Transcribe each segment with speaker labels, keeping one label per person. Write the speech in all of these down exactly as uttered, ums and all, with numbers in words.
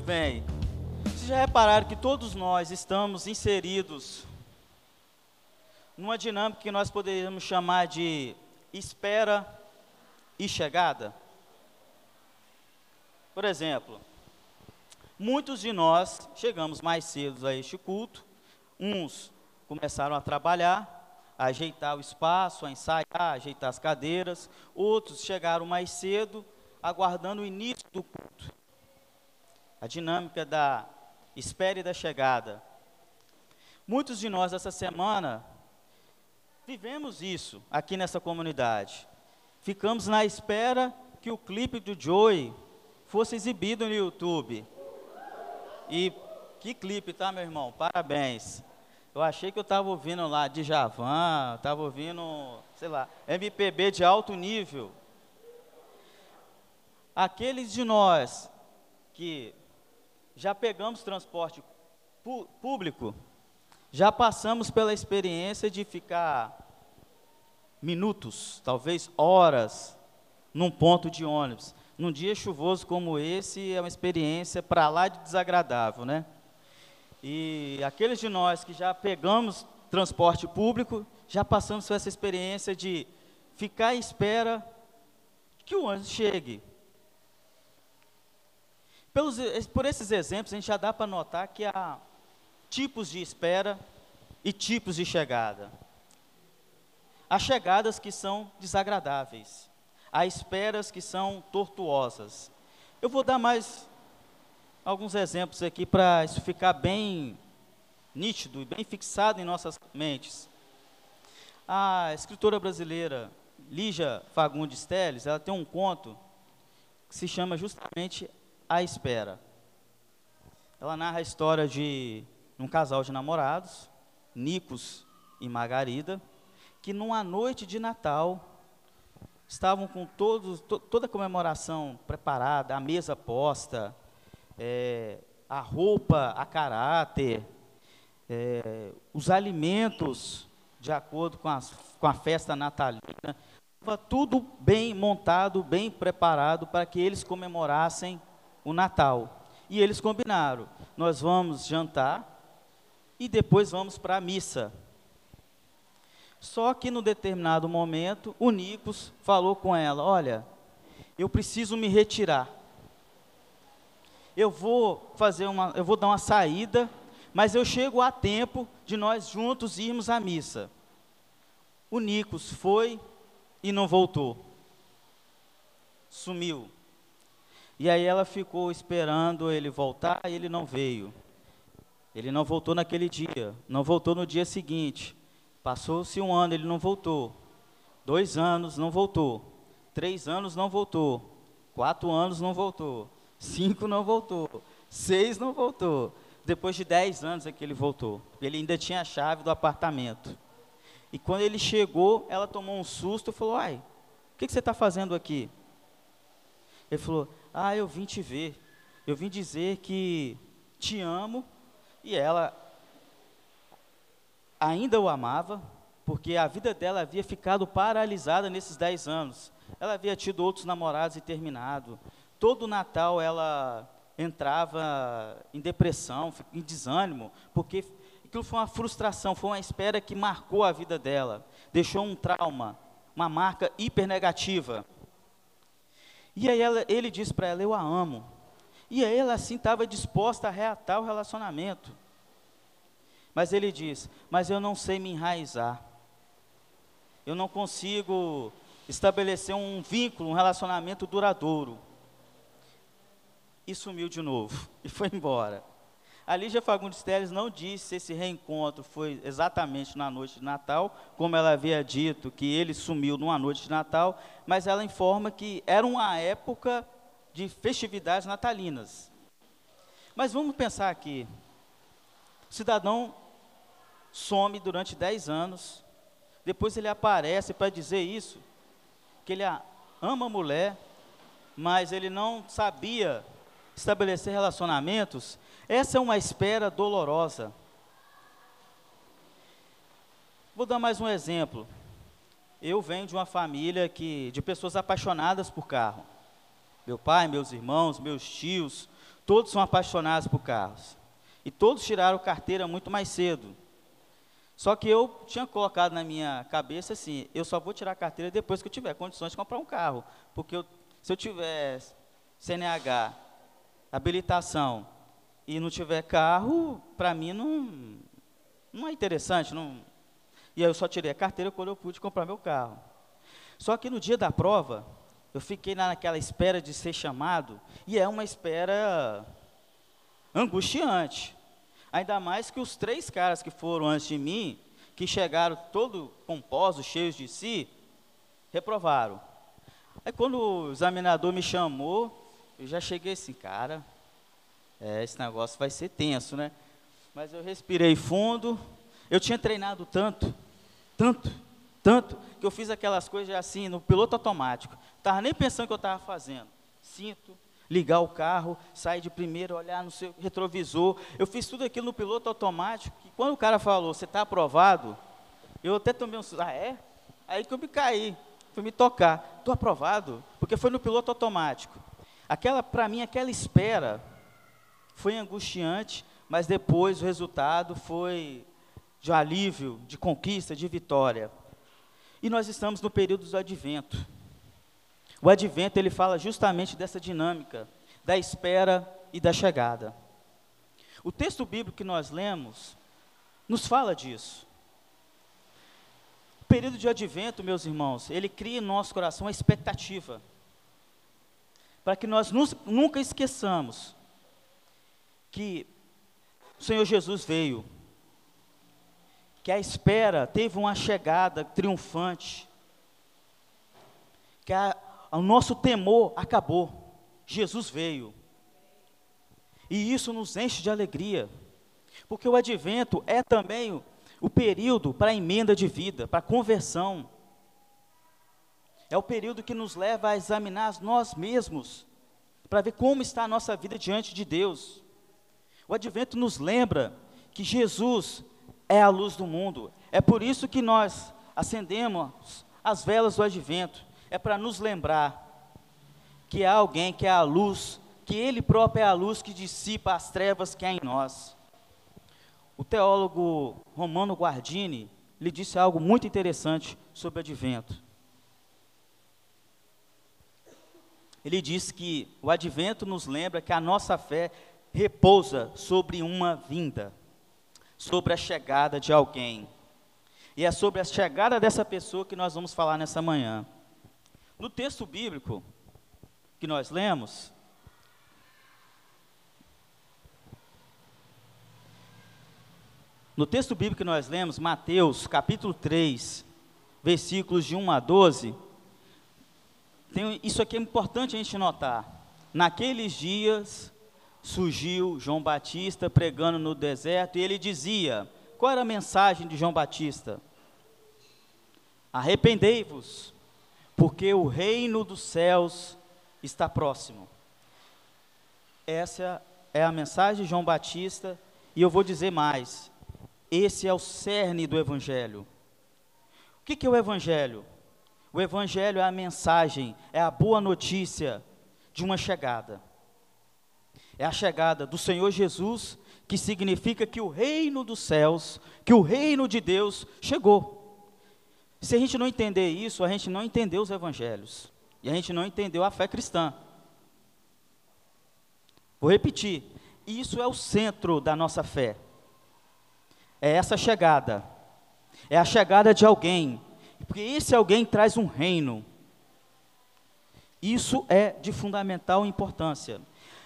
Speaker 1: bem, vocês já repararam que todos nós estamos inseridos numa dinâmica que nós poderíamos chamar de espera e chegada? Por exemplo, muitos de nós chegamos mais cedo a este culto, uns começaram a trabalhar, a ajeitar o espaço, a ensaiar, a ajeitar as cadeiras, outros chegaram mais cedo, aguardando o início do culto. A dinâmica da espera e da chegada. Muitos de nós, essa semana, vivemos isso aqui nessa comunidade. Ficamos na espera que o clipe do Joey fosse exibido no YouTube. E que clipe, tá, meu irmão? Parabéns. Eu achei que eu estava ouvindo lá Djavan, estava ouvindo, sei lá, M P B de alto nível. Aqueles de nós que já pegamos transporte público, já passamos pela experiência de ficar minutos, talvez horas, num ponto de ônibus. Num dia chuvoso como esse, é uma experiência para lá de desagradável, né? E aqueles de nós que já pegamos transporte público, já passamos por essa experiência de ficar à espera que o ônibus chegue. Pelos, por esses exemplos, a gente já dá para notar que há tipos de espera e tipos de chegada. Há chegadas que são desagradáveis, há esperas que são tortuosas. Eu vou dar mais alguns exemplos aqui para isso ficar bem nítido e bem fixado em nossas mentes. A escritora brasileira Lígia Fagundes Telles, ela tem um conto que se chama justamente A Espera. Ela narra a história de um casal de namorados, Nicos e Margarida, que numa noite de Natal estavam com todos, to, toda a comemoração preparada, a mesa posta, é, a roupa a caráter, é, os alimentos de acordo com, as, com a festa natalina, estava tudo bem montado, bem preparado para que eles comemorassem o Natal. E eles combinaram, nós vamos jantar e depois vamos para a missa. Só que, no determinado momento, o Nicos falou com ela, olha, eu preciso me retirar. Eu vou fazer uma, eu vou dar uma saída, mas eu chego a tempo de nós juntos irmos à missa. O Nicos foi e não voltou. Sumiu. E aí ela ficou esperando ele voltar e ele não veio. Ele não voltou naquele dia, não voltou no dia seguinte. Passou-se um ano, ele não voltou. Dois anos, não voltou. Três anos, não voltou. Quatro anos, não voltou. Cinco, não voltou. Seis, não voltou. Depois de dez anos é que ele voltou. Ele ainda tinha a chave do apartamento. E quando ele chegou, ela tomou um susto e falou, ai, o que, que você está fazendo aqui? Ele falou, ah, eu vim te ver. Eu vim dizer que te amo. E ela ainda o amava, porque a vida dela havia ficado paralisada nesses dez anos. Ela havia tido outros namorados e terminado. Todo Natal ela entrava em depressão, em desânimo, porque aquilo foi uma frustração, foi uma espera que marcou a vida dela, deixou um trauma, uma marca hipernegativa. E aí ela, ele disse para ela, eu a amo. E aí ela assim estava disposta a reatar o relacionamento. Mas ele diz, mas eu não sei me enraizar. Eu não consigo estabelecer um vínculo, um relacionamento duradouro. E sumiu de novo, e foi embora. A Lígia Fagundes Telles não disse se esse reencontro foi exatamente na noite de Natal, como ela havia dito que ele sumiu numa noite de Natal, mas ela informa que era uma época de festividades natalinas. Mas vamos pensar aqui, o cidadão some durante dez anos, depois ele aparece para dizer isso, que ele ama a mulher, mas ele não sabia estabelecer relacionamentos. Essa é uma espera dolorosa. Vou dar mais um exemplo. Eu venho de uma família que, de pessoas apaixonadas por carro. Meu pai, meus irmãos, meus tios, Todos são apaixonados por carros. E todos tiraram carteira muito mais cedo. Só que eu tinha colocado na minha cabeça assim, eu só vou tirar a carteira depois que eu tiver condições de comprar um carro. Porque eu, se eu tiver C N H, habilitação e não tiver carro, para mim não, não é interessante. Não. E aí eu só tirei a carteira quando eu pude comprar meu carro. Só que no dia da prova, eu fiquei naquela espera de ser chamado, e é uma espera angustiante. Ainda mais que os três caras que foram antes de mim, que chegaram todos pomposos, cheios de si, reprovaram. Aí quando o examinador me chamou, eu já cheguei assim, cara, é, esse negócio vai ser tenso, né? Mas eu respirei fundo, eu tinha treinado tanto, tanto, tanto, que eu fiz aquelas coisas assim, no piloto automático. Não estava nem pensando o que eu estava fazendo. Cinto, ligar o carro, sair de primeiro, olhar no seu retrovisor. Eu fiz tudo aquilo no piloto automático, que quando o cara falou, você está aprovado, eu até tomei um... Ah, é? Aí que eu me caí, fui me tocar. Estou aprovado, porque foi no piloto automático. Aquela, para mim, aquela espera foi angustiante, mas depois o resultado foi de alívio, de conquista, de vitória. E nós estamos no período do advento. O advento, ele fala justamente dessa dinâmica, da espera e da chegada. O texto bíblico que nós lemos, nos fala disso. O período de advento, meus irmãos, ele cria em nosso coração a expectativa, para que nós nos, nunca esqueçamos que o Senhor Jesus veio, que a espera teve uma chegada triunfante, que a, o nosso temor acabou, Jesus veio, e isso nos enche de alegria, porque o advento é também o, o período para a emenda de vida, para a conversão, é o período que nos leva a examinar nós mesmos, para ver como está a nossa vida diante de Deus. O advento nos lembra que Jesus é a luz do mundo, é por isso que nós acendemos as velas do advento, é para nos lembrar que há alguém que é a luz, que Ele próprio é a luz que dissipa as trevas que há em nós. O teólogo Romano Guardini, lhe disse algo muito interessante sobre o advento. Ele diz que o advento nos lembra que a nossa fé repousa sobre uma vinda, sobre a chegada de alguém. E é sobre a chegada dessa pessoa que nós vamos falar nessa manhã. No texto bíblico que nós lemos, no texto bíblico que nós lemos, Mateus capítulo três, versículos de um a doze, tem, isso aqui é importante a gente notar. Naqueles dias surgiu João Batista pregando no deserto, e ele dizia, qual era a mensagem de João Batista? Arrependei-vos, porque o reino dos céus está próximo. Essa é a mensagem de João Batista, e eu vou dizer mais, esse é o cerne do Evangelho. O que que é o Evangelho? O Evangelho é a mensagem, é a boa notícia de uma chegada. É a chegada do Senhor Jesus, que significa que o reino dos céus, que o reino de Deus chegou. Se a gente não entender isso, a gente não entendeu os evangelhos, e a gente não entendeu a fé cristã. Vou repetir, isso é o centro da nossa fé. É essa chegada, é a chegada de alguém, porque esse alguém traz um reino. Isso é de fundamental importância.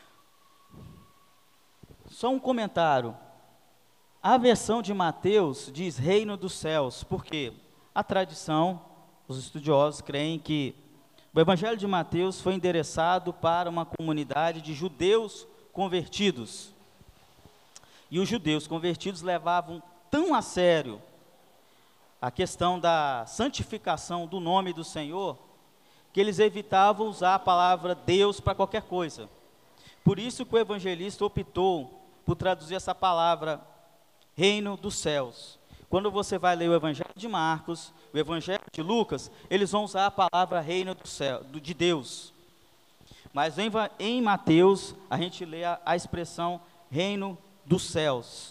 Speaker 1: Só um comentário, a versão de Mateus diz reino dos céus, porque a tradição, os estudiosos creem que o Evangelho de Mateus foi endereçado para uma comunidade de judeus convertidos, e os judeus convertidos levavam tão a sério a questão da santificação do nome do Senhor, que eles evitavam usar a palavra Deus para qualquer coisa. Por isso que o evangelista optou por traduzir essa palavra, reino dos céus. Quando você vai ler o Evangelho de Marcos, o Evangelho de Lucas, eles vão usar a palavra reino do céu, do, de Deus. Mas em, Va- em Mateus, a gente lê a, a expressão reino dos céus.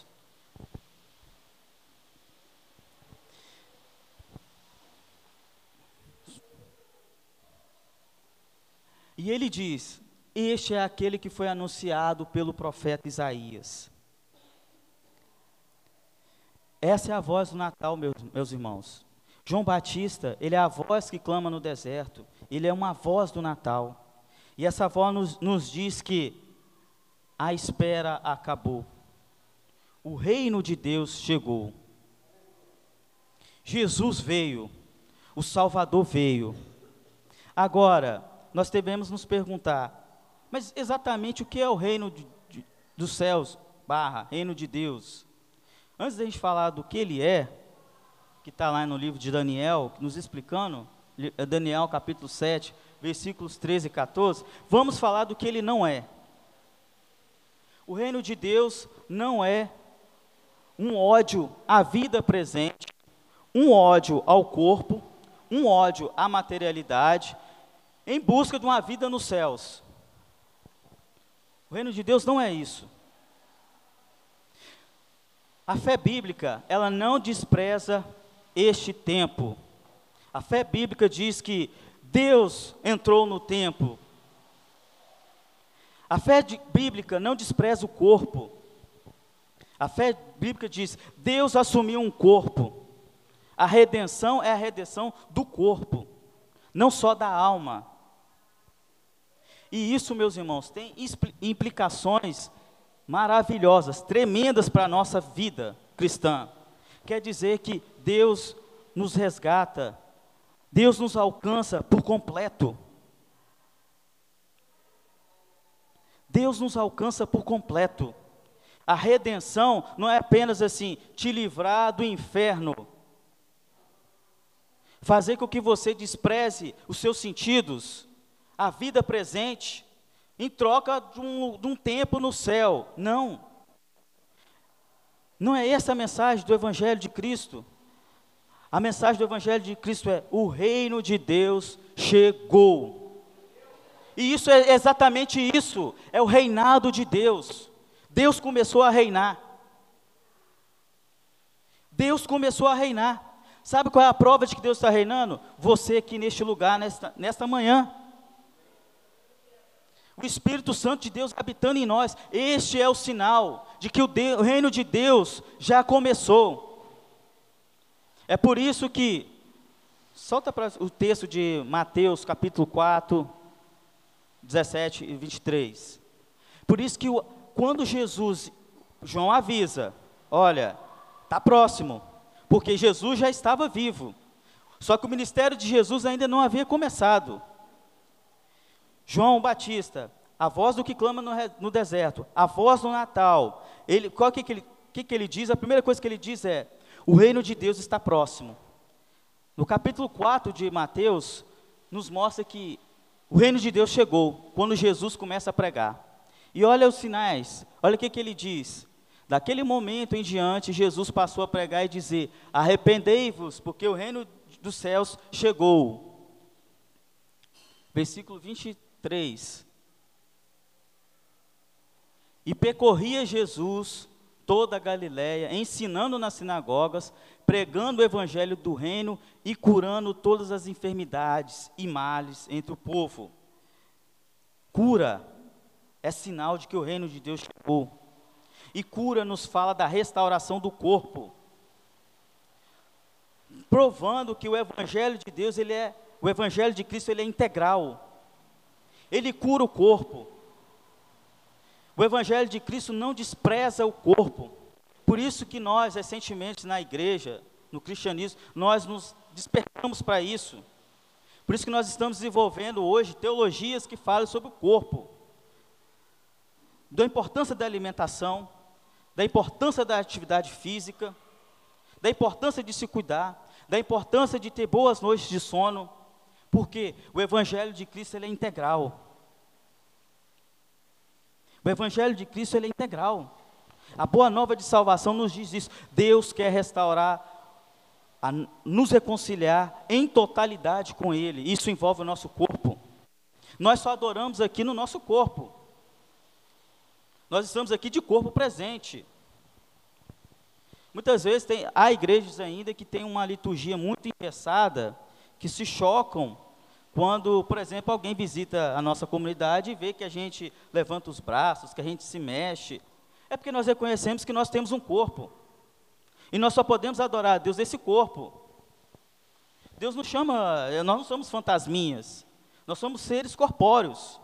Speaker 1: E ele diz: este é aquele que foi anunciado pelo profeta Isaías. Essa é a voz do Natal, meus, meus irmãos. João Batista, ele é a voz que clama no deserto. Ele é uma voz do Natal. E essa voz nos, nos diz que a espera acabou. O reino de Deus chegou. Jesus veio. O Salvador veio. Agora, nós devemos nos perguntar, mas exatamente o que é o reino de, de, dos céus, barra, reino de Deus? Antes da gente falar do que ele é, que está lá no livro de Daniel, nos explicando, Daniel capítulo sete, versículos treze e quatorze, vamos falar do que ele não é. O reino de Deus não é um ódio à vida presente, um ódio ao corpo, um ódio à materialidade, em busca de uma vida nos céus. O reino de Deus não é isso. A fé bíblica, ela não despreza este tempo. A fé bíblica diz que Deus entrou no tempo. A fé de, bíblica não despreza o corpo. A fé bíblica diz, Deus assumiu um corpo. A redenção é a redenção do corpo, não só da alma. E isso, meus irmãos, tem implicações maravilhosas, tremendas para a nossa vida cristã. Quer dizer que Deus nos resgata, Deus nos alcança por completo. Deus nos alcança por completo. A redenção não é apenas assim, te livrar do inferno, fazer com que você despreze os seus sentidos, a vida presente, em troca de um, de um tempo no céu. Não. Não é essa a mensagem do Evangelho de Cristo. A mensagem do Evangelho de Cristo é: o reino de Deus chegou. E isso é exatamente isso, é o reinado de Deus. Deus começou a reinar. Deus começou a reinar. Sabe qual é a prova de que Deus está reinando? Você aqui neste lugar, nesta, nesta manhã. O Espírito Santo de Deus habitando em nós. Este é o sinal de que o, de, o reino de Deus já começou. É por isso que, solta para o texto de Mateus capítulo quatro, dezessete e vinte e três. Por isso que o, quando Jesus, João avisa, olha, está próximo, porque Jesus já estava vivo. Só que o ministério de Jesus ainda não havia começado. João Batista, a voz do que clama no, no deserto, a voz do Natal, ele, qual que, que, ele, que, que ele diz? A primeira coisa que ele diz é, o reino de Deus está próximo. No capítulo quatro de Mateus, nos mostra que o reino de Deus chegou, quando Jesus começa a pregar. E olha os sinais, olha o que, que ele diz. Daquele momento em diante, Jesus passou a pregar e dizer, arrependei-vos, porque o reino dos céus chegou. Versículo vinte e três. E percorria Jesus toda a Galiléia, ensinando nas sinagogas, pregando o evangelho do reino e curando todas as enfermidades e males entre o povo. Cura é sinal de que o reino de Deus chegou. E cura nos fala da restauração do corpo, provando que o evangelho de Deus, ele é, o evangelho de Cristo, ele é integral. Ele cura o corpo. O evangelho de Cristo não despreza o corpo. Por isso que nós, recentemente, na igreja, no cristianismo, nós nos despertamos para isso. Por isso que nós estamos desenvolvendo hoje teologias que falam sobre o corpo. Da importância da alimentação, da importância da atividade física, da importância de se cuidar, da importância de ter boas noites de sono, porque o evangelho de Cristo, ele é integral. O evangelho de Cristo, ele é integral. A boa nova de salvação nos diz isso. Deus quer restaurar, a, nos reconciliar em totalidade com Ele. Isso envolve o nosso corpo. Nós só adoramos aqui no nosso corpo. Nós estamos aqui de corpo presente. Muitas vezes tem, há igrejas ainda que têm uma liturgia muito engessada, que se chocam quando, por exemplo, alguém visita a nossa comunidade e vê que a gente levanta os braços, que a gente se mexe. É porque nós reconhecemos que nós temos um corpo. E nós só podemos adorar a Deus nesse corpo. Deus nos chama, nós não somos fantasminhas, nós somos seres corpóreos.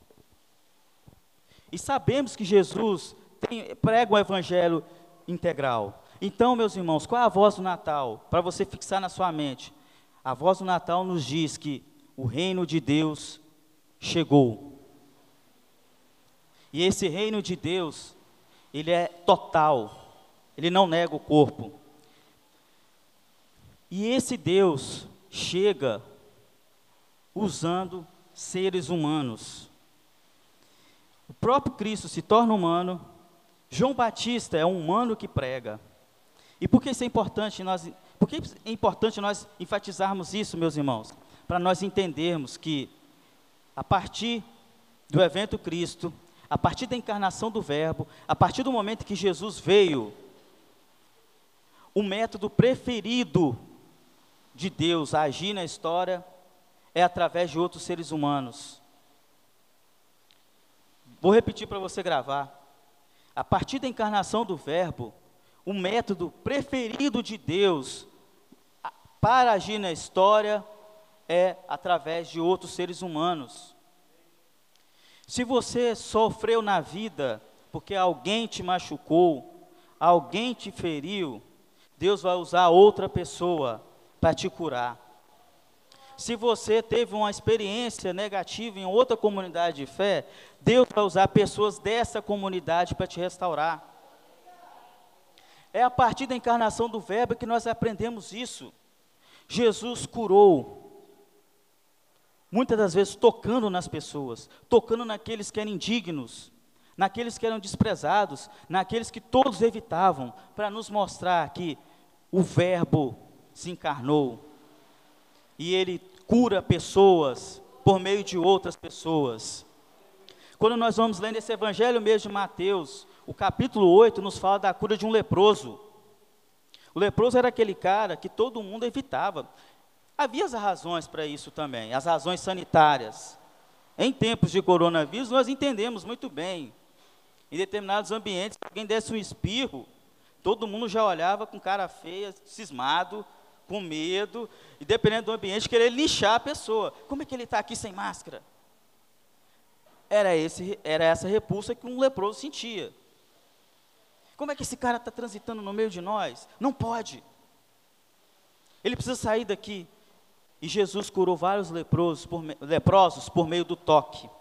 Speaker 1: E sabemos que Jesus tem, prega o evangelho integral. Então, meus irmãos, qual é a voz do Natal? Para você fixar na sua mente. A voz do Natal nos diz que o reino de Deus chegou. E esse reino de Deus, ele é total, ele não nega o corpo. E esse Deus chega usando seres humanos. O próprio Cristo se torna humano. João Batista é um humano que prega. E por que isso é importante? Nós, por que é importante nós enfatizarmos isso, meus irmãos? Para nós entendermos que, a partir do evento Cristo, a partir da encarnação do Verbo, a partir do momento que Jesus veio, o método preferido de Deus a agir na história é através de outros seres humanos. Vou repetir para você gravar. A partir da encarnação do Verbo, o método preferido de Deus para agir na história é através de outros seres humanos. Se você sofreu na vida porque alguém te machucou, alguém te feriu, Deus vai usar outra pessoa para te curar. Se você teve uma experiência negativa em outra comunidade de fé, Deus vai usar pessoas dessa comunidade para te restaurar. É a partir da encarnação do Verbo que nós aprendemos isso. Jesus curou, muitas das vezes tocando nas pessoas, tocando naqueles que eram indignos, naqueles que eram desprezados, naqueles que todos evitavam, para nos mostrar que o Verbo se encarnou, e Ele cura pessoas por meio de outras pessoas. Quando nós vamos lendo esse evangelho mesmo de Mateus, o capítulo oito nos fala da cura de um leproso. O leproso era aquele cara que todo mundo evitava. Havia as razões para isso também, as razões sanitárias. Em tempos de coronavírus, nós entendemos muito bem. Em determinados ambientes, se alguém desse um espirro, todo mundo já olhava com cara feia, cismado, com medo, e dependendo do ambiente, querer lixar a pessoa. Como é que ele está aqui sem máscara? Era, esse, era essa repulsa que um leproso sentia. Como é que esse cara está transitando no meio de nós? Não pode. Ele precisa sair daqui. E Jesus curou vários leprosos por, leprosos por meio do toque.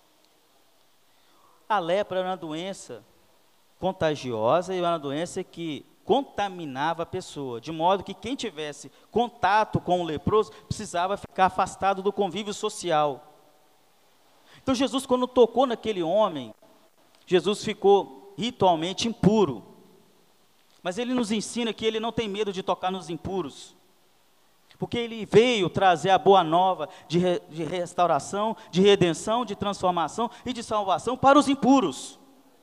Speaker 1: A lepra era uma doença contagiosa e era uma doença que contaminava a pessoa, de modo que quem tivesse contato com o leproso precisava ficar afastado do convívio social. Então Jesus, quando tocou naquele homem, Jesus ficou ritualmente impuro. Mas ele nos ensina que ele não tem medo de tocar nos impuros, porque ele veio trazer a boa nova de, re, de restauração, de redenção, de transformação e de salvação para os impuros.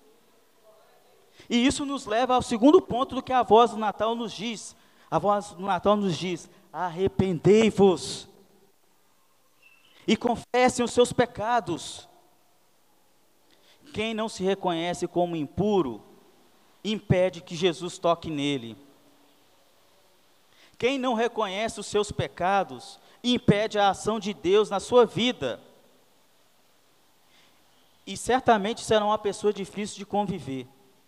Speaker 1: E isso nos leva ao segundo ponto do que a voz do Natal nos diz. A voz do Natal nos diz: arrependei-vos e confessem os seus pecados. Quem não se reconhece como impuro, impede que Jesus toque nele. Quem não reconhece os seus pecados, impede a ação de Deus na sua vida. E certamente será uma pessoa difícil de conviver.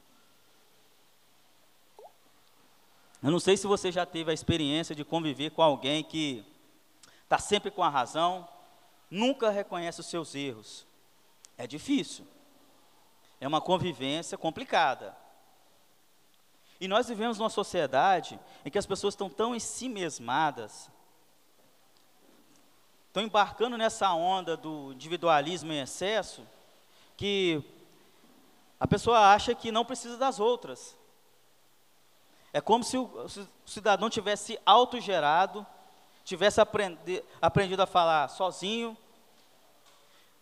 Speaker 1: Eu não sei se você já teve a experiência de conviver com alguém que está sempre com a razão, nunca reconhece os seus erros. É difícil. É uma convivência complicada. E nós vivemos numa sociedade em que as pessoas estão tão em si mesmadas, estão embarcando nessa onda do individualismo em excesso, que a pessoa acha que não precisa das outras. É como se o cidadão tivesse autogerado, tivesse aprendi, aprendido a falar sozinho,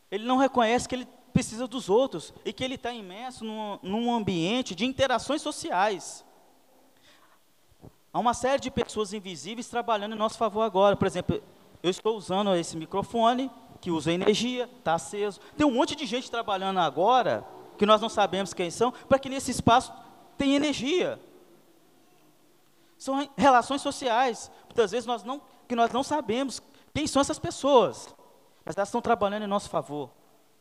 Speaker 1: Ele não reconhece que ele precisa dos outros e que ele está imerso num, num ambiente de interações sociais. Há uma série de pessoas invisíveis trabalhando em nosso favor agora. Por exemplo, eu estou usando esse microfone, que usa energia, está aceso. Tem um monte de gente trabalhando agora, que nós não sabemos quem são, para que nesse espaço tenha energia. São relações sociais. Muitas vezes nós não, que nós não sabemos quem são essas pessoas, mas elas estão trabalhando em nosso favor.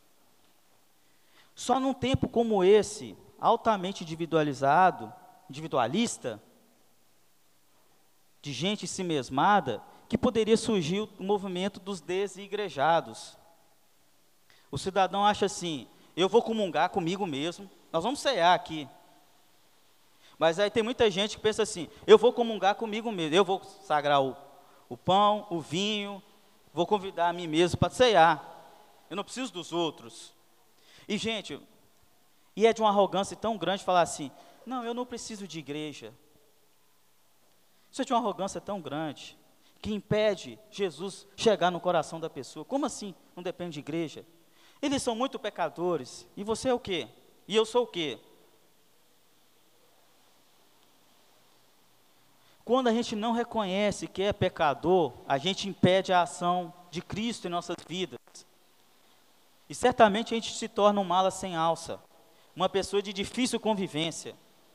Speaker 1: Só num tempo como esse, altamente individualizado, individualista, de gente si mesmada, que poderia surgir o movimento dos desigrejados. O cidadão acha assim, eu vou comungar comigo mesmo, nós vamos cear aqui. Mas aí tem muita gente que pensa assim, eu vou comungar comigo mesmo, eu vou sagrar o, o pão, o vinho, vou convidar a mim mesmo para cear, eu não preciso dos outros. E gente, e é de uma arrogância tão grande falar assim, não, eu não preciso de igreja. Isso é de uma arrogância tão grande, que impede Jesus chegar no coração da pessoa. Como assim? Não depende de igreja? Eles são muito pecadores, e você é o quê? E eu sou o quê? Quando a gente não reconhece que é pecador, a gente impede a ação de Cristo em nossas vidas. E certamente a gente se torna um mala sem alça, uma pessoa de difícil convivência.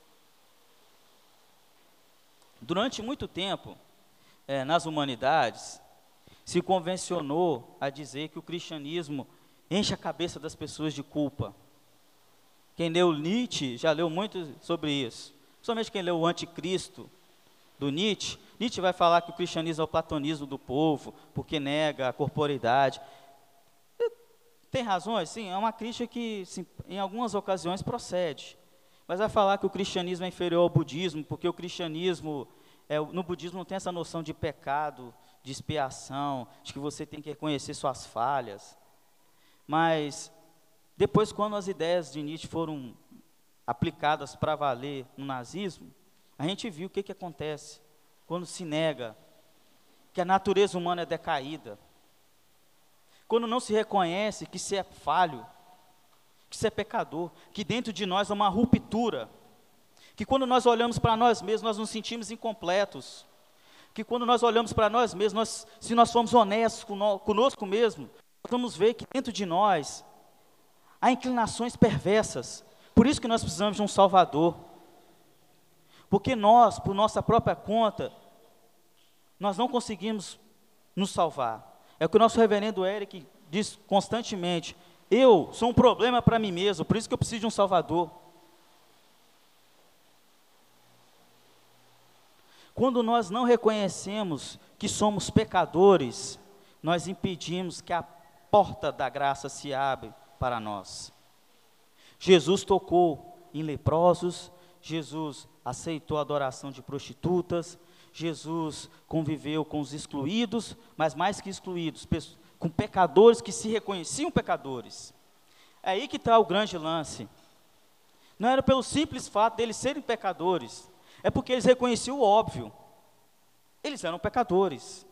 Speaker 1: Durante muito tempo, é, nas humanidades, se convencionou a dizer que o cristianismo enche a cabeça das pessoas de culpa. Quem leu Nietzsche já leu muito sobre isso. Somente quem leu o Anticristo, do Nietzsche, Nietzsche vai falar que o cristianismo é o platonismo do povo, porque nega a corporeidade. E tem razões, sim, é uma crítica que, sim, em algumas ocasiões, procede. Mas vai falar que o cristianismo é inferior ao budismo, porque o cristianismo, é, no budismo não tem essa noção de pecado, de expiação, de que você tem que reconhecer suas falhas. Mas, depois, quando as ideias de Nietzsche foram aplicadas para valer no nazismo, a gente viu o que, que acontece quando se nega que a natureza humana é decaída, quando não se reconhece que se é falho, que se é pecador, que dentro de nós há uma ruptura, que quando nós olhamos para nós mesmos, nós nos sentimos incompletos, que quando nós olhamos para nós mesmos, nós, se nós formos honestos conosco mesmo, nós vamos ver que dentro de nós há inclinações perversas. Por isso que nós precisamos de um Salvador. Porque nós, por nossa própria conta, nós não conseguimos nos salvar. É o que o nosso reverendo Eric diz constantemente, eu sou um problema para mim mesmo, por isso que eu preciso de um Salvador. Quando nós não reconhecemos que somos pecadores, nós impedimos que a porta da graça se abra para nós. Jesus tocou em leprosos, Jesus aceitou a adoração de prostitutas, Jesus conviveu com os excluídos, mas mais que excluídos, com pecadores que se reconheciam pecadores. É aí que está o grande lance. Não era pelo simples fato deles serem pecadores, é porque eles reconheciam o óbvio. Eles eram pecadores.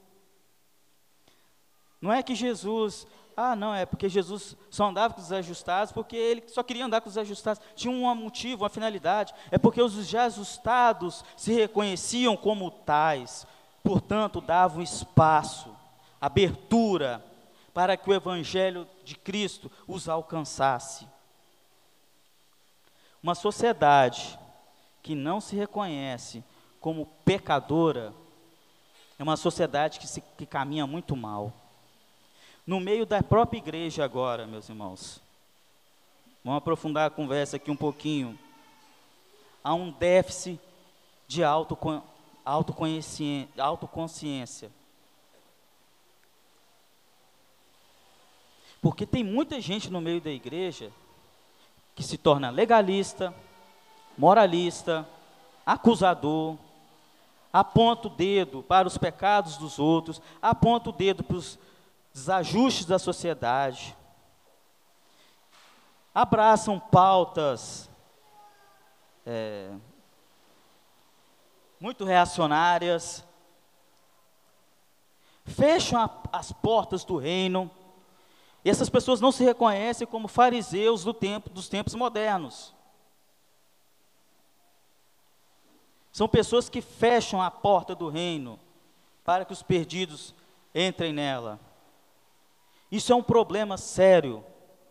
Speaker 1: Não é que Jesus... Ah, não, é porque Jesus só andava com os desajustados, porque ele só queria andar com os desajustados. Tinha um motivo, uma finalidade. É porque os desajustados se reconheciam como tais, portanto, davam espaço, abertura, para que o Evangelho de Cristo os alcançasse. Uma sociedade que não se reconhece como pecadora é uma sociedade que, se, que caminha muito mal. No meio da própria igreja agora, meus irmãos, vamos aprofundar a conversa aqui um pouquinho. Há um déficit de autoconsciência. Porque tem muita gente no meio da igreja que se torna legalista, moralista, acusador, aponta o dedo para os pecados dos outros, aponta o dedo para os desajustes da sociedade, abraçam pautas é, muito reacionárias, fecham a, as portas do reino, E essas pessoas não se reconhecem como fariseus do tempo, dos tempos modernos. São pessoas que fecham a porta do reino para que os perdidos entrem nela. Isso é um problema sério.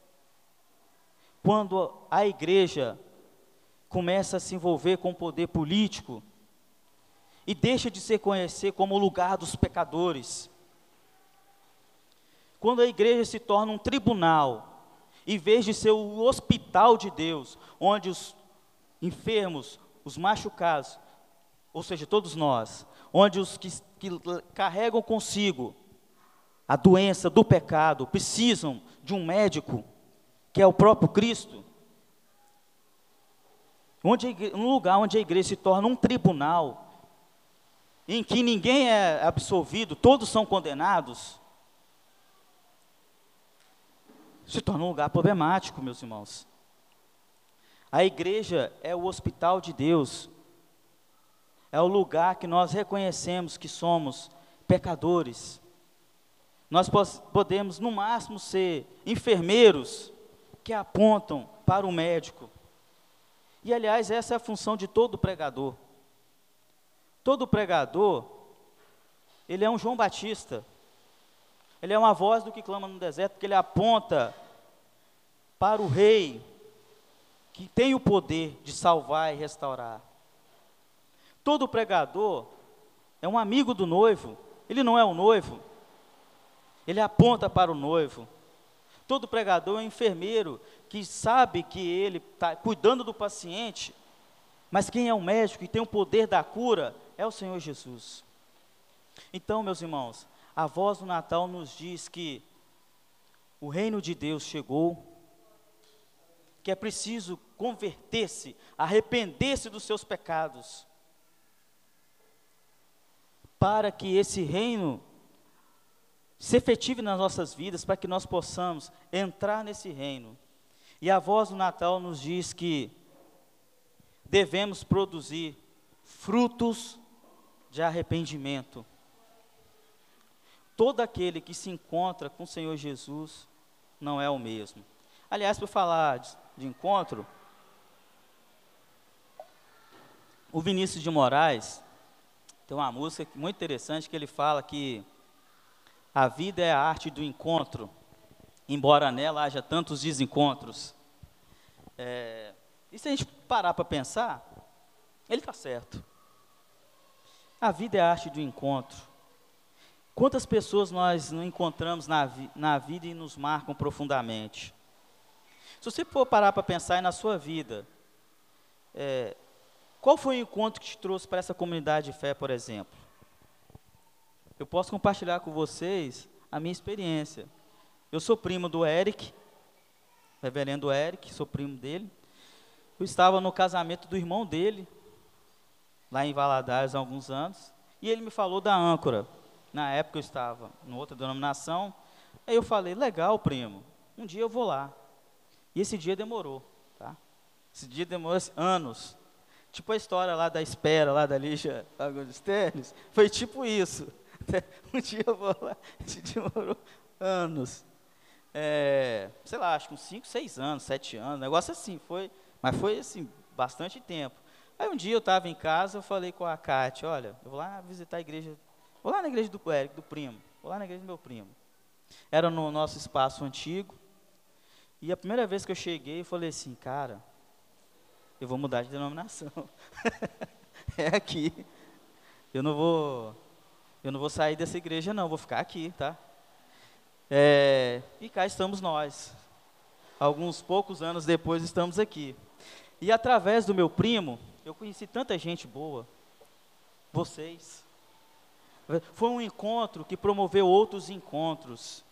Speaker 1: Quando a igreja começa a se envolver com o poder político e deixa de se conhecer como o lugar dos pecadores. Quando a igreja se torna um tribunal, em vez de ser o hospital de Deus, onde os enfermos, os machucados, ou seja, todos nós, onde os que, que carregam consigo a doença do pecado, precisam de um médico, que é o próprio Cristo, onde igreja, um lugar onde a igreja se torna um tribunal, em que ninguém é absolvido, todos são condenados, se torna um lugar problemático, meus irmãos. A igreja é o hospital de Deus, é o lugar que nós reconhecemos que somos pecadores. Nós podemos, no máximo, ser enfermeiros que apontam para o médico. E, aliás, essa é a função de todo pregador. Todo pregador, ele é um João Batista. Ele é uma voz do que clama no deserto, porque ele aponta para o rei, que tem o poder de salvar e restaurar. Todo pregador é um amigo do noivo, ele não é o noivo, ele aponta para o noivo. Todo pregador é um enfermeiro, que sabe que ele está cuidando do paciente, mas quem é o médico e tem o poder da cura é o Senhor Jesus. Então, meus irmãos, a voz do Natal nos diz que o reino de Deus chegou, que é preciso converter-se, arrepender-se dos seus pecados, para que esse reino se efetive nas nossas vidas, para que nós possamos entrar nesse reino. E a voz do Natal nos diz que devemos produzir frutos de arrependimento. Todo aquele que se encontra com o Senhor Jesus não é o mesmo. Aliás, para falar de, de encontro, o Vinícius de Moraes tem uma música muito interessante que ele fala que a vida é a arte do encontro, embora nela haja tantos desencontros. É, e se a gente parar para pensar, ele está certo. A vida é a arte do encontro. Quantas pessoas nós não encontramos na, vi, na vida e nos marcam profundamente? Se você for parar para pensar aí na sua vida, é, qual foi o encontro que te trouxe para essa comunidade de fé, por exemplo? Eu posso compartilhar com vocês a minha experiência. Eu sou primo do Eric, reverendo Eric, sou primo dele. Eu estava no casamento do irmão dele, lá em Valadares há alguns anos, e ele me falou da âncora. Na época eu estava em outra denominação, aí eu falei, legal, primo, um dia eu vou lá. E esse dia demorou, tá? Esse dia demorou anos. Tipo a história lá da espera, lá da Lígia Fagundes Teles, foi tipo isso. Um dia eu vou lá, esse dia demorou anos. É, sei lá, acho que uns cinco, seis anos, sete anos, negócio assim, foi, mas foi assim, bastante tempo. Aí um dia eu estava em casa, eu falei com a Cátia, olha, eu vou lá visitar a igreja, vou lá na igreja do Eric, do primo, vou lá na igreja do meu primo. Era no nosso espaço antigo, e a primeira vez que eu cheguei, eu falei assim, cara, eu vou mudar de denominação. É aqui. Eu não vou, eu não vou sair dessa igreja não, vou ficar aqui, tá? É, e cá estamos nós. Alguns poucos anos depois estamos aqui. E através do meu primo, eu conheci tanta gente boa. Vocês. Foi um encontro que promoveu outros encontros.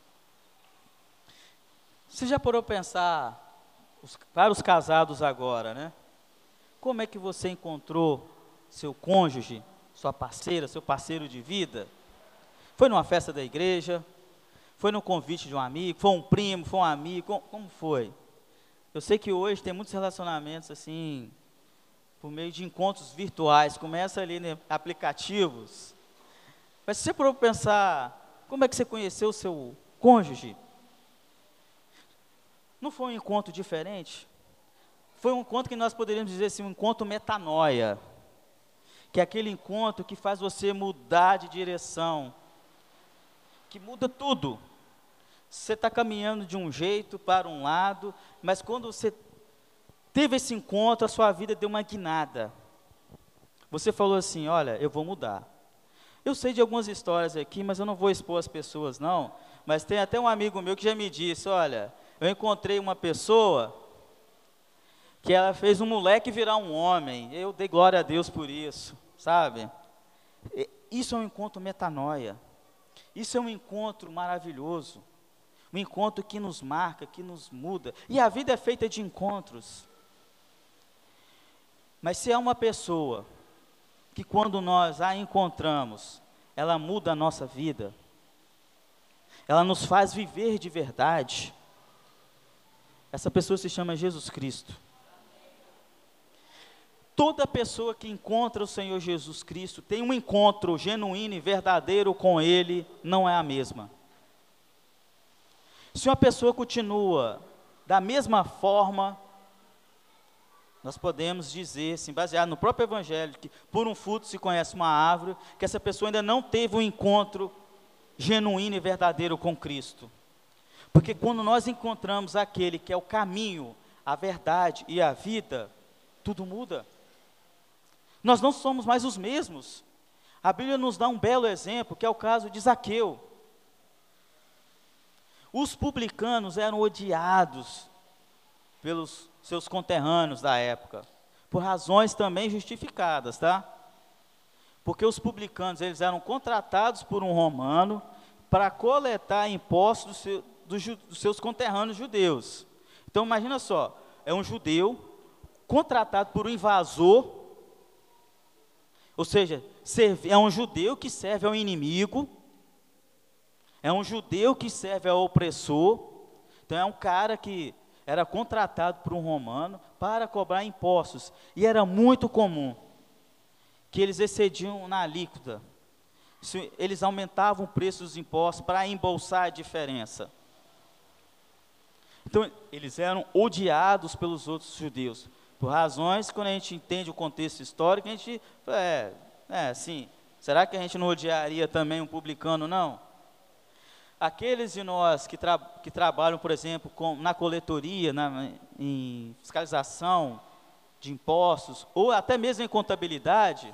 Speaker 1: Você já parou para pensar, os, para os casados agora, né? Como é que você encontrou seu cônjuge, sua parceira, seu parceiro de vida? Foi numa festa da igreja? Foi no convite de um amigo? Foi um primo? Foi um amigo? Como, como foi? Eu sei que hoje tem muitos relacionamentos assim, por meio de encontros virtuais, começa ali em aplicativos. Mas se você for pensar, como é que você conheceu o seu cônjuge? Não foi um encontro diferente? Foi um encontro que nós poderíamos dizer assim, um encontro metanoia, que é aquele encontro que faz você mudar de direção, que muda tudo. Você está caminhando de um jeito para um lado, mas quando você teve esse encontro, a sua vida deu uma guinada. Você falou assim, olha, eu vou mudar. Eu sei de algumas histórias aqui, mas eu não vou expor as pessoas não, mas tem até um amigo meu que já me disse, olha, eu encontrei uma pessoa que ela fez um moleque virar um homem, eu dei glória a Deus por isso, sabe? Isso é um encontro metanoia, isso é um encontro maravilhoso, um encontro que nos marca, que nos muda, e a vida é feita de encontros. Mas se é uma pessoa que quando nós a encontramos, ela muda a nossa vida, ela nos faz viver de verdade, essa pessoa se chama Jesus Cristo. Toda pessoa que encontra o Senhor Jesus Cristo, tem um encontro genuíno e verdadeiro com Ele, não é a mesma. Se uma pessoa continua da mesma forma, nós podemos dizer, assim, baseado no próprio Evangelho, que por um fruto se conhece uma árvore, que essa pessoa ainda não teve um encontro genuíno e verdadeiro com Cristo. Porque quando nós encontramos aquele que é o caminho, a verdade e a vida, tudo muda. Nós não somos mais os mesmos. A Bíblia nos dá um belo exemplo, que é o caso de Zaqueu. Os publicanos eram odiados pelos seus conterrâneos da época, por razões também justificadas, tá? Porque os publicanos, eles eram contratados por um romano para coletar impostos do seu, do, dos seus conterrâneos judeus. Então, imagina só, é um judeu contratado por um invasor, ou seja, serve, é um judeu que serve ao inimigo, é um judeu que serve ao opressor, então é um cara que era contratado por um romano para cobrar impostos, e era muito comum que eles excediam na alíquota, eles aumentavam o preço dos impostos para embolsar a diferença. Então, eles eram odiados pelos outros judeus, por razões, quando a gente entende o contexto histórico, a gente, é, é assim, será que a gente não odiaria também um publicano, não? Aqueles de nós que, tra que trabalham, por exemplo, com, na coletoria, na, em fiscalização de impostos, ou até mesmo em contabilidade,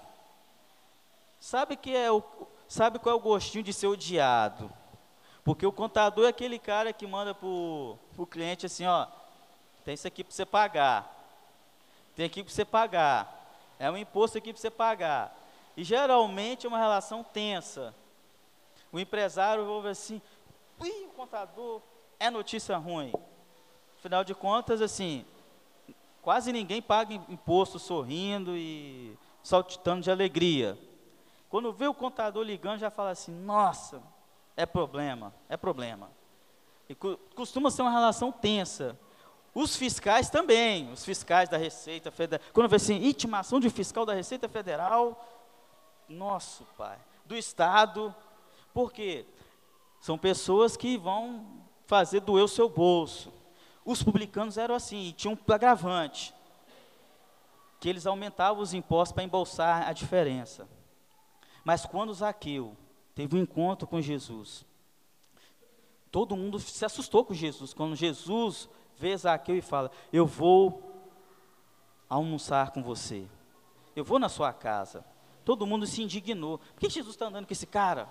Speaker 1: sabe, que é o, sabe qual é o gostinho de ser odiado? Porque o contador é aquele cara que manda para o cliente assim, ó, tem isso aqui para você pagar, tem aqui para você pagar, é um imposto aqui para você pagar. E geralmente é uma relação tensa. O empresário ouve assim, o contador é notícia ruim. Afinal de contas, assim, quase ninguém paga imposto sorrindo e saltitando de alegria. Quando vê o contador ligando, já fala assim, nossa, é problema, é problema. E costuma ser uma relação tensa. Os fiscais também, os fiscais da Receita Federal, quando vê assim, intimação de fiscal da Receita Federal, nosso pai, do Estado, por quê? São pessoas que vão fazer doer o seu bolso. Os publicanos eram assim, e tinham um agravante, que eles aumentavam os impostos para embolsar a diferença. Mas quando Zaqueu teve um encontro com Jesus, todo mundo se assustou com Jesus, quando Jesus vê Zaqueu e fala, eu vou almoçar com você, eu vou na sua casa. Todo mundo se indignou, por que Jesus está andando com esse cara?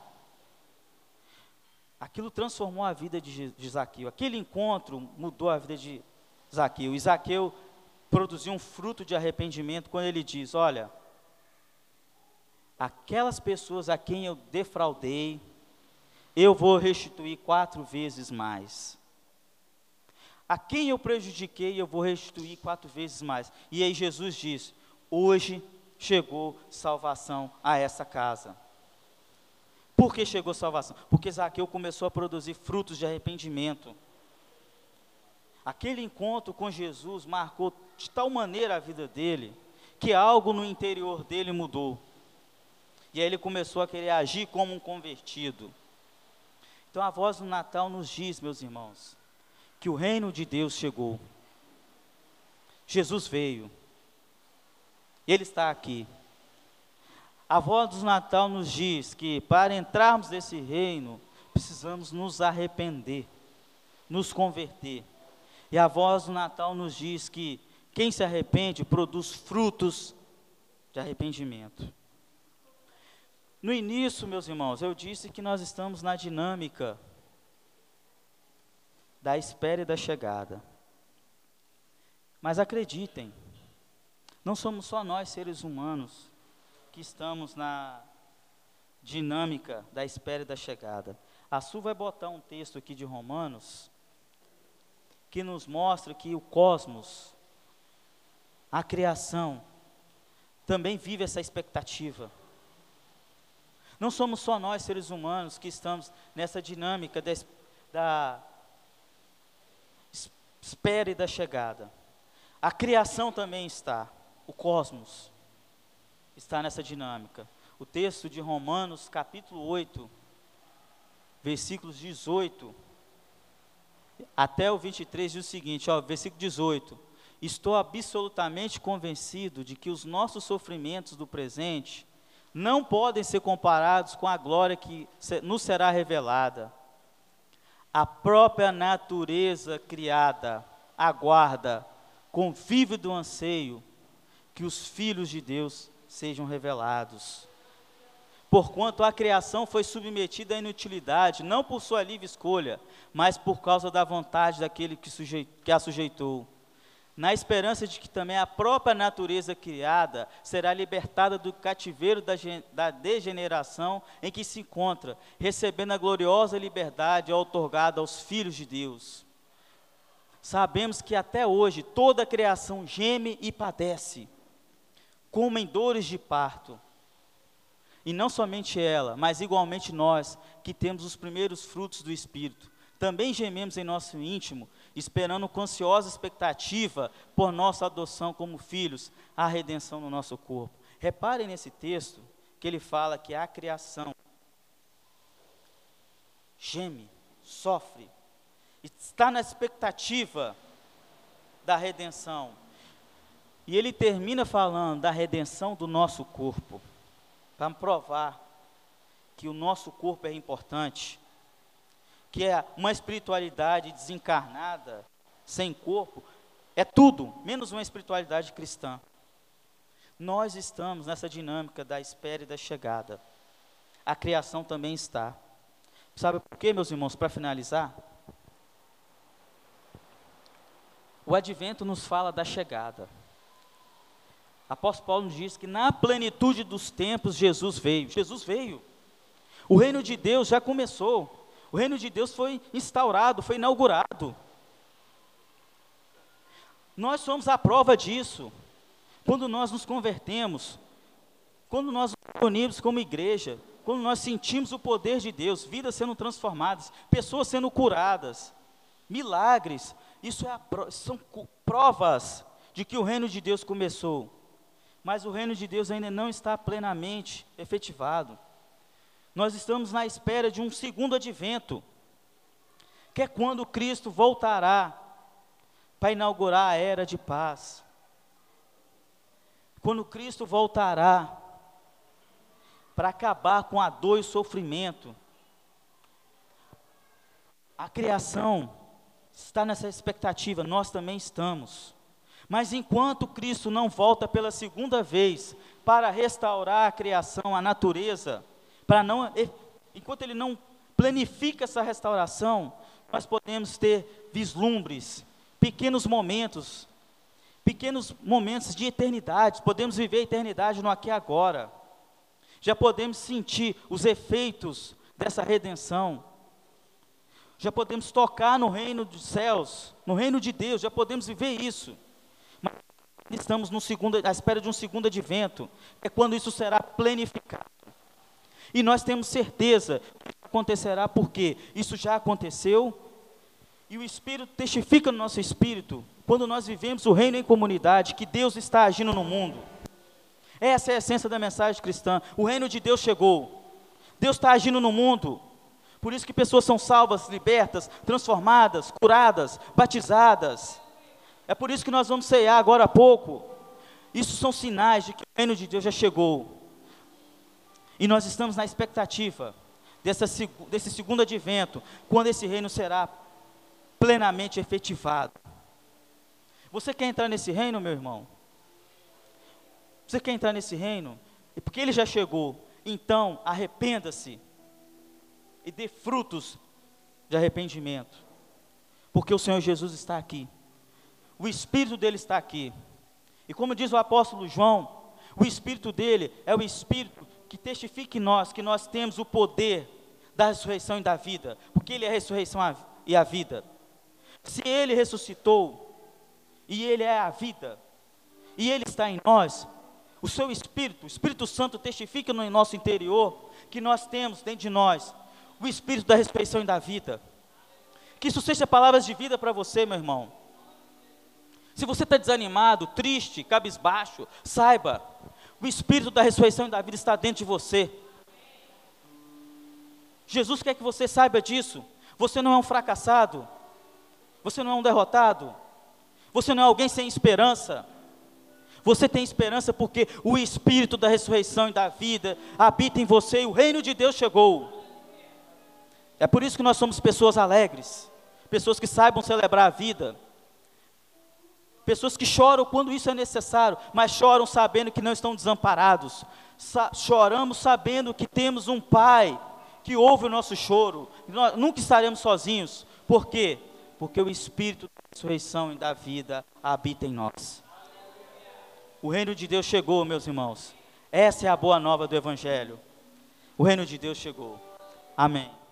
Speaker 1: Aquilo transformou a vida de, de Zaqueu, aquele encontro mudou a vida de Zaqueu, e Zaqueu produziu um fruto de arrependimento quando ele diz, olha, aquelas pessoas a quem eu defraudei, eu vou restituir quatro vezes mais. A quem eu prejudiquei, eu vou restituir quatro vezes mais. E aí Jesus diz, hoje chegou salvação a essa casa. Por que chegou salvação? Porque Zaqueu começou a produzir frutos de arrependimento. Aquele encontro com Jesus marcou de tal maneira a vida dele, que algo no interior dele mudou. E aí ele começou a querer agir como um convertido. Então a voz do Natal nos diz, meus irmãos, que o reino de Deus chegou. Jesus veio. Ele está aqui. A voz do Natal nos diz que para entrarmos nesse reino, precisamos nos arrepender, nos converter. E a voz do Natal nos diz que quem se arrepende produz frutos de arrependimento. No início, meus irmãos, eu disse que nós estamos na dinâmica da espera e da chegada. Mas acreditem, não somos só nós, seres humanos, que estamos na dinâmica da espera e da chegada. A Su vai botar um texto aqui de Romanos, que nos mostra que o cosmos, a criação, também vive essa expectativa. Não somos só nós, seres humanos, que estamos nessa dinâmica da, da espera e da chegada. A criação também está, o cosmos está nessa dinâmica. O texto de Romanos, capítulo oito, versículos dezoito até o vinte e três, diz o seguinte, ó, versículo dezoito. Estou absolutamente convencido de que os nossos sofrimentos do presente não podem ser comparados com a glória que nos será revelada. A própria natureza criada aguarda com vívido anseio que os filhos de Deus sejam revelados. Porquanto a criação foi submetida à inutilidade, não por sua livre escolha, mas por causa da vontade daquele que, sujei, que a sujeitou, na esperança de que também a própria natureza criada será libertada do cativeiro da, da degeneração em que se encontra, recebendo a gloriosa liberdade outorgada aos filhos de Deus. Sabemos que até hoje toda a criação geme e padece, como em dores de parto. E não somente ela, mas igualmente nós, que temos os primeiros frutos do Espírito, também gememos em nosso íntimo, esperando com ansiosa expectativa por nossa adoção como filhos, a redenção no nosso corpo. Reparem nesse texto, que ele fala que a criação geme, sofre, está na expectativa da redenção. E ele termina falando da redenção do nosso corpo, para provar que o nosso corpo é importante, que é uma espiritualidade desencarnada, sem corpo, é tudo, menos uma espiritualidade cristã. Nós estamos nessa dinâmica da espera e da chegada. A criação também está. Sabe por quê, meus irmãos, para finalizar? O advento nos fala da chegada. Apóstolo Paulo nos diz que na plenitude dos tempos Jesus veio. Jesus veio. O reino de Deus já começou. O reino de Deus foi instaurado, foi inaugurado. Nós somos a prova disso. Quando nós nos convertemos, quando nós nos unimos como igreja, quando nós sentimos o poder de Deus, vidas sendo transformadas, pessoas sendo curadas, milagres, isso é a, são provas de que o reino de Deus começou. Mas o reino de Deus ainda não está plenamente efetivado. Nós estamos na espera de um segundo advento, que é quando Cristo voltará para inaugurar a era de paz. Quando Cristo voltará para acabar com a dor e o sofrimento. A criação está nessa expectativa, nós também estamos. Mas enquanto Cristo não volta pela segunda vez para restaurar a criação, a natureza, para não, enquanto Ele não planifica essa restauração, nós podemos ter vislumbres, pequenos momentos, pequenos momentos de eternidade, podemos viver a eternidade no aqui e agora, já podemos sentir os efeitos dessa redenção, já podemos tocar no reino dos céus, no reino de Deus, já podemos viver isso. Mas estamos no segundo, à espera de um segundo advento, é quando isso será planificado. E nós temos certeza que isso acontecerá porque isso já aconteceu, e o Espírito testifica no nosso espírito, quando nós vivemos o reino em comunidade, que Deus está agindo no mundo. Essa é a essência da mensagem cristã. O reino de Deus chegou, Deus está agindo no mundo, Por isso que pessoas são salvas, libertas, transformadas, curadas, batizadas. É por isso que nós vamos ceiar agora há pouco. Isso são sinais de que o reino de Deus já chegou. E nós estamos na expectativa dessa, desse segundo advento, quando esse reino será plenamente efetivado. Você quer entrar nesse reino, meu irmão? Você quer entrar nesse reino? E porque ele já chegou, então arrependa-se e dê frutos de arrependimento. Porque o Senhor Jesus está aqui. O Espírito dele está aqui. E como diz o apóstolo João, o Espírito dele é o Espírito que testifica em nós que nós temos o poder da ressurreição e da vida, porque ele é a ressurreição e a vida. Se ele ressuscitou, e ele é a vida, e ele está em nós, o seu Espírito, o Espírito Santo testifica no nosso interior, que nós temos dentro de nós, o Espírito da ressurreição e da vida. Que isso seja palavras de vida para você, meu irmão. Se você está desanimado, triste, cabisbaixo, saiba, o Espírito da ressurreição e da vida está dentro de você. Jesus quer que você saiba disso. Você não é um fracassado, você não é um derrotado, você não é alguém sem esperança. Você tem esperança porque o Espírito da ressurreição e da vida habita em você e o reino de Deus chegou. É por isso que nós somos pessoas alegres, pessoas que saibam celebrar a vida, pessoas que choram quando isso é necessário, mas choram sabendo que não estão desamparados. Sa- choramos sabendo que temos um Pai que ouve o nosso choro. Nós nunca estaremos sozinhos. Por quê? Porque o Espírito da ressurreição e da vida habita em nós. O reino de Deus chegou, meus irmãos. Essa é a boa nova do Evangelho. O reino de Deus chegou. Amém.